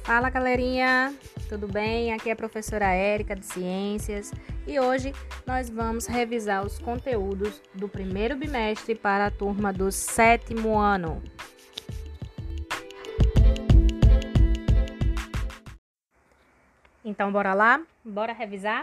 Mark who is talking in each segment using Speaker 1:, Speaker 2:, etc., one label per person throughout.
Speaker 1: Fala, galerinha, tudo bem? Aqui é a professora Érica de Ciências e hoje nós vamos revisar os conteúdos do primeiro bimestre para a turma do 7º ano. Então, bora lá? Bora revisar?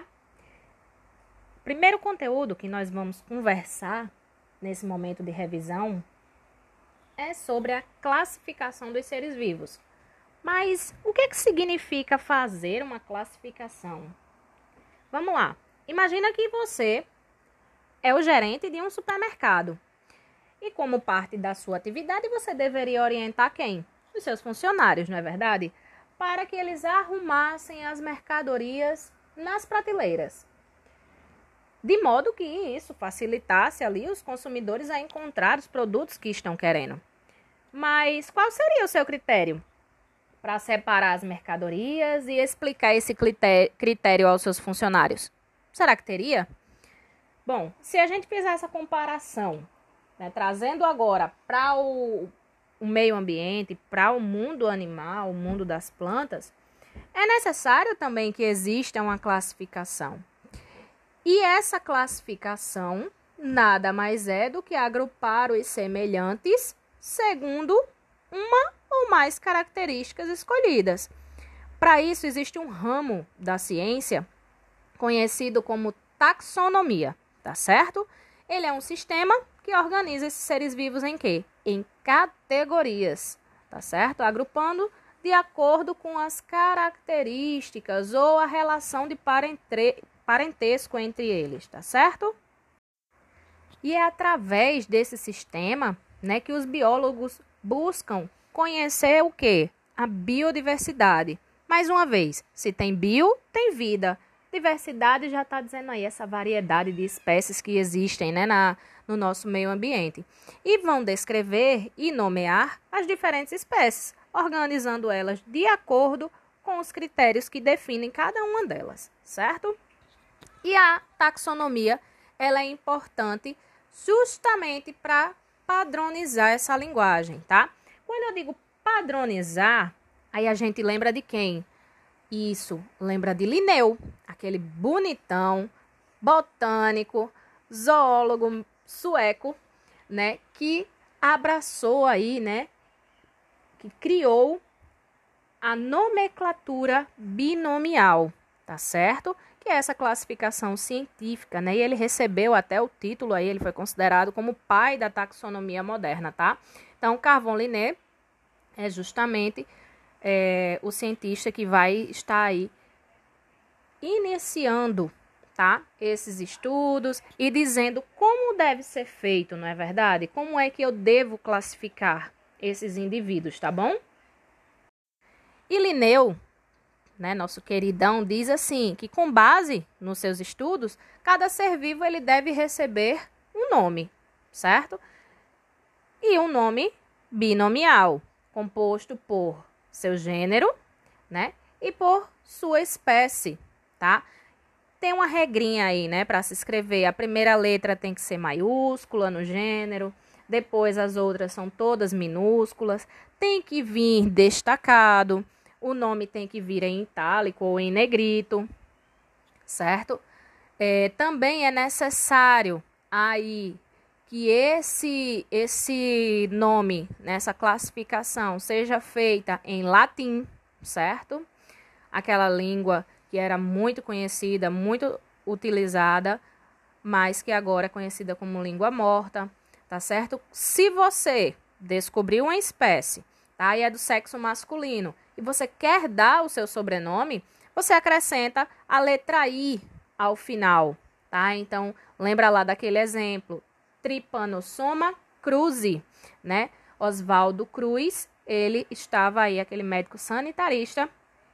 Speaker 1: O primeiro conteúdo que nós vamos conversar nesse momento de revisão é sobre a classificação dos seres vivos. Mas o que significa fazer uma classificação? Vamos lá. Imagina que você é o gerente de um supermercado. E como parte da sua atividade, você deveria orientar quem? Os seus funcionários, não é verdade? Para que eles arrumassem as mercadorias nas prateleiras. De modo que isso facilitasse ali os consumidores a encontrar os produtos que estão querendo. Mas qual seria o seu critério para separar as mercadorias e explicar esse critério aos seus funcionários? Será que teria? Bom, se a gente fizer essa comparação, né, trazendo agora para o meio ambiente, para o mundo animal, o mundo das plantas, é necessário também que exista uma classificação. E essa classificação nada mais é do que agrupar os semelhantes segundo uma ou mais características escolhidas. Para isso, existe um ramo da ciência conhecido como taxonomia, tá certo? Ele é um sistema que organiza esses seres vivos em quê? Em categorias, tá certo? Agrupando de acordo com as características ou a relação de parentesco entre eles, tá certo? E é através desse sistema, né, que os biólogos buscam conhecer o quê? A biodiversidade. Mais uma vez, se tem bio, tem vida. Diversidade já está dizendo aí essa variedade de espécies que existem, né, no nosso meio ambiente. E vão descrever e nomear as diferentes espécies, organizando elas de acordo com os critérios que definem cada uma delas, certo? E a taxonomia, ela é importante justamente para padronizar essa linguagem, tá? Quando eu digo padronizar, aí a gente lembra de quem? Isso, lembra de Linneu, aquele bonitão, botânico, zoólogo sueco, né? Que abraçou aí, né? Que criou a nomenclatura binomial, tá certo? Que é essa classificação científica, né? E ele recebeu até o título aí, ele foi considerado como o pai da taxonomia moderna, tá? Então, Carvon Linné é justamente o cientista que vai estar aí iniciando, tá? Esses estudos e dizendo como deve ser feito, não é verdade? Como é que eu devo classificar esses indivíduos, tá bom? E Linneu, né, nosso queridão, diz assim, que com base nos seus estudos, cada ser vivo ele deve receber um nome, certo? E um nome binomial, composto por seu gênero, né, e por sua espécie, tá? Tem uma regrinha aí, né, para se escrever. A primeira letra tem que ser maiúscula no gênero, depois as outras são todas minúsculas, tem que vir destacado, o nome tem que vir em itálico ou em negrito, certo? Também é necessário aí que esse nome, nessa classificação, seja feita em latim, certo? Aquela língua que era muito conhecida, muito utilizada, mas que agora é conhecida como língua morta, tá certo? Se você descobriu uma espécie, tá? E é do sexo masculino, e você quer dar o seu sobrenome, você acrescenta a letra I ao final, tá? Então, lembra lá daquele exemplo, Trypanosoma cruzi, né? Oswaldo Cruz, ele estava aí, aquele médico sanitarista,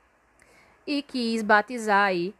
Speaker 1: e quis batizar aí,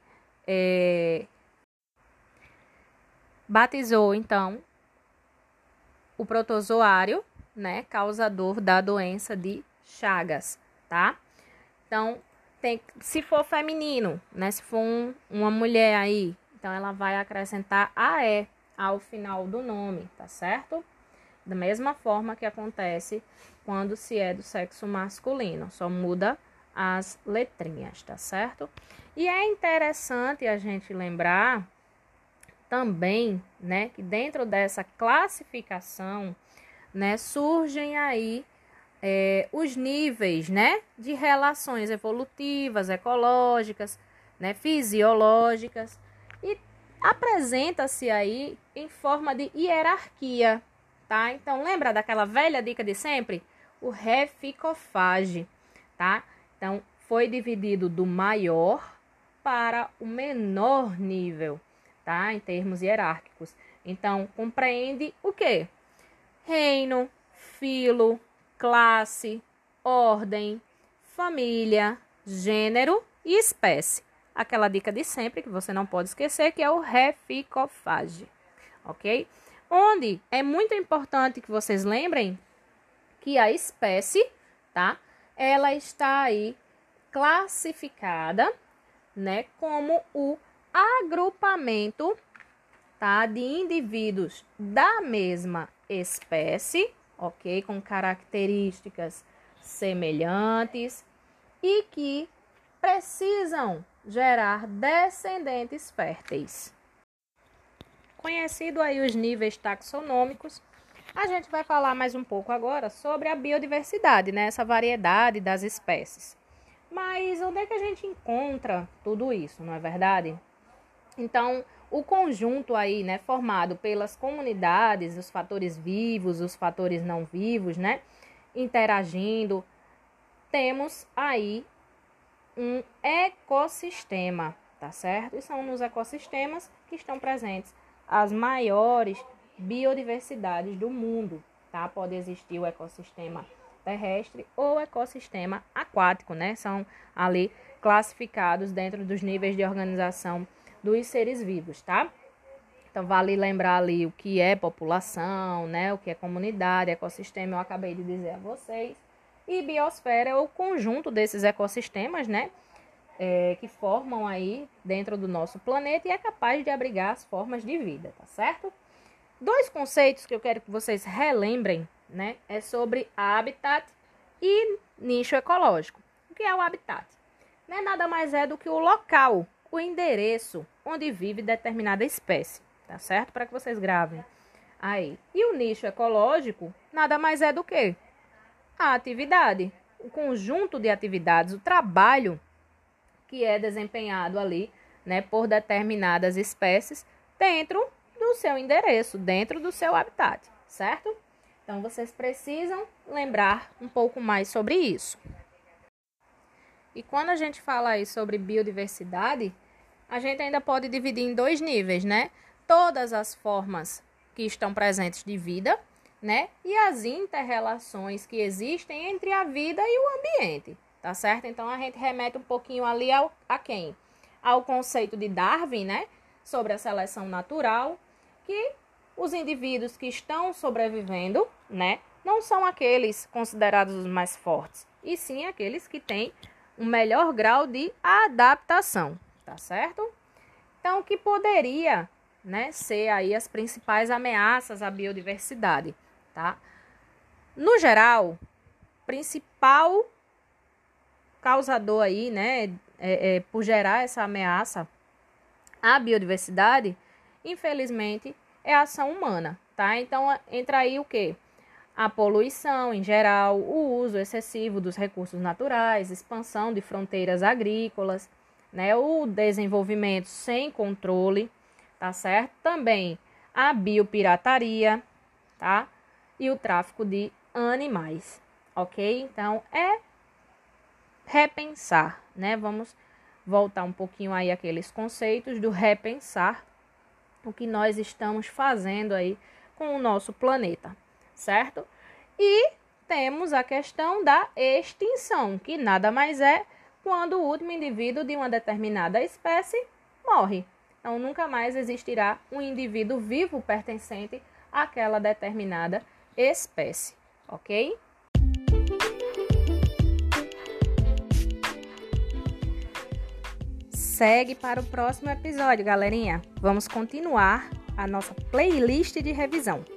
Speaker 1: batizou, então, o protozoário, né, causador da doença de Chagas, tá? Então, se for feminino, né, se for uma mulher aí, então ela vai acrescentar AE ao final do nome, tá certo? Da mesma forma que acontece quando se é do sexo masculino, só muda as letrinhas, tá certo? E é interessante a gente lembrar também, né, que dentro dessa classificação, né, surgem aí os níveis, né, de relações evolutivas, ecológicas, né, fisiológicas, e apresenta-se aí em forma de hierarquia, tá? Então, lembra daquela velha dica de sempre? O reficofage, tá? Então, foi dividido do maior para o menor nível, tá? Em termos hierárquicos. Então, compreende o quê? Reino, filo, classe, ordem, família, gênero e espécie. Aquela dica de sempre que você não pode esquecer, que é o reficofage, ok? Onde é muito importante que vocês lembrem que a espécie, tá? Ela está aí classificada, né, como o agrupamento, tá, de indivíduos da mesma espécie, ok, com características semelhantes e que precisam gerar descendentes férteis. Conhecido aí os níveis taxonômicos, a gente vai falar mais um pouco agora sobre a biodiversidade, né, essa variedade das espécies. Mas onde é que a gente encontra tudo isso, não é verdade? Então, o conjunto aí, né, formado pelas comunidades, os fatores vivos, os fatores não vivos, né, interagindo, temos aí um ecossistema, tá certo? E são nos ecossistemas que estão presentes as maiores biodiversidades do mundo, tá? Pode existir o ecossistema terrestre ou ecossistema aquático, né? São ali classificados dentro dos níveis de organização dos seres vivos, tá? Então, vale lembrar ali o que é população, né? O que é comunidade, ecossistema, eu acabei de dizer a vocês. E biosfera é o conjunto desses ecossistemas, né? Que formam aí dentro do nosso planeta e é capaz de abrigar as formas de vida, tá certo? Dois conceitos que eu quero que vocês relembrem, né? É sobre habitat e nicho ecológico. O que é o habitat? Não é nada mais do que o local, o endereço onde vive determinada espécie, tá certo? Para que vocês gravem aí. E o nicho ecológico nada mais é do que a atividade, o conjunto de atividades, o trabalho que é desempenhado ali, né, por determinadas espécies dentro do seu endereço, dentro do seu habitat, certo? Então, vocês precisam lembrar um pouco mais sobre isso. E quando a gente fala aí sobre biodiversidade, a gente ainda pode dividir em dois níveis, né? Todas as formas que estão presentes de vida, né? E as inter-relações que existem entre a vida e o ambiente, tá certo? Então, a gente remete um pouquinho ali a quem? Ao conceito de Darwin, né? Sobre a seleção natural, que os indivíduos que estão sobrevivendo, né? Não são aqueles considerados os mais fortes, e sim aqueles que têm um melhor grau de adaptação, tá certo? Então, o que poderia, né, ser aí as principais ameaças à biodiversidade, tá? No geral, principal causador aí, né, por gerar essa ameaça à biodiversidade, infelizmente, é a ação humana, tá? Então, entra aí o quê? A poluição em geral, o uso excessivo dos recursos naturais, expansão de fronteiras agrícolas, né, o desenvolvimento sem controle, tá certo? Também a biopirataria, tá? E o tráfico de animais, ok? Então, é repensar, né? Vamos voltar um pouquinho aí àqueles conceitos do repensar o que nós estamos fazendo aí com o nosso planeta, certo? E temos a questão da extinção, que nada mais é quando o último indivíduo de uma determinada espécie morre. Então, nunca mais existirá um indivíduo vivo pertencente àquela determinada espécie, ok? Segue para o próximo episódio, galerinha. Vamos continuar a nossa playlist de revisão.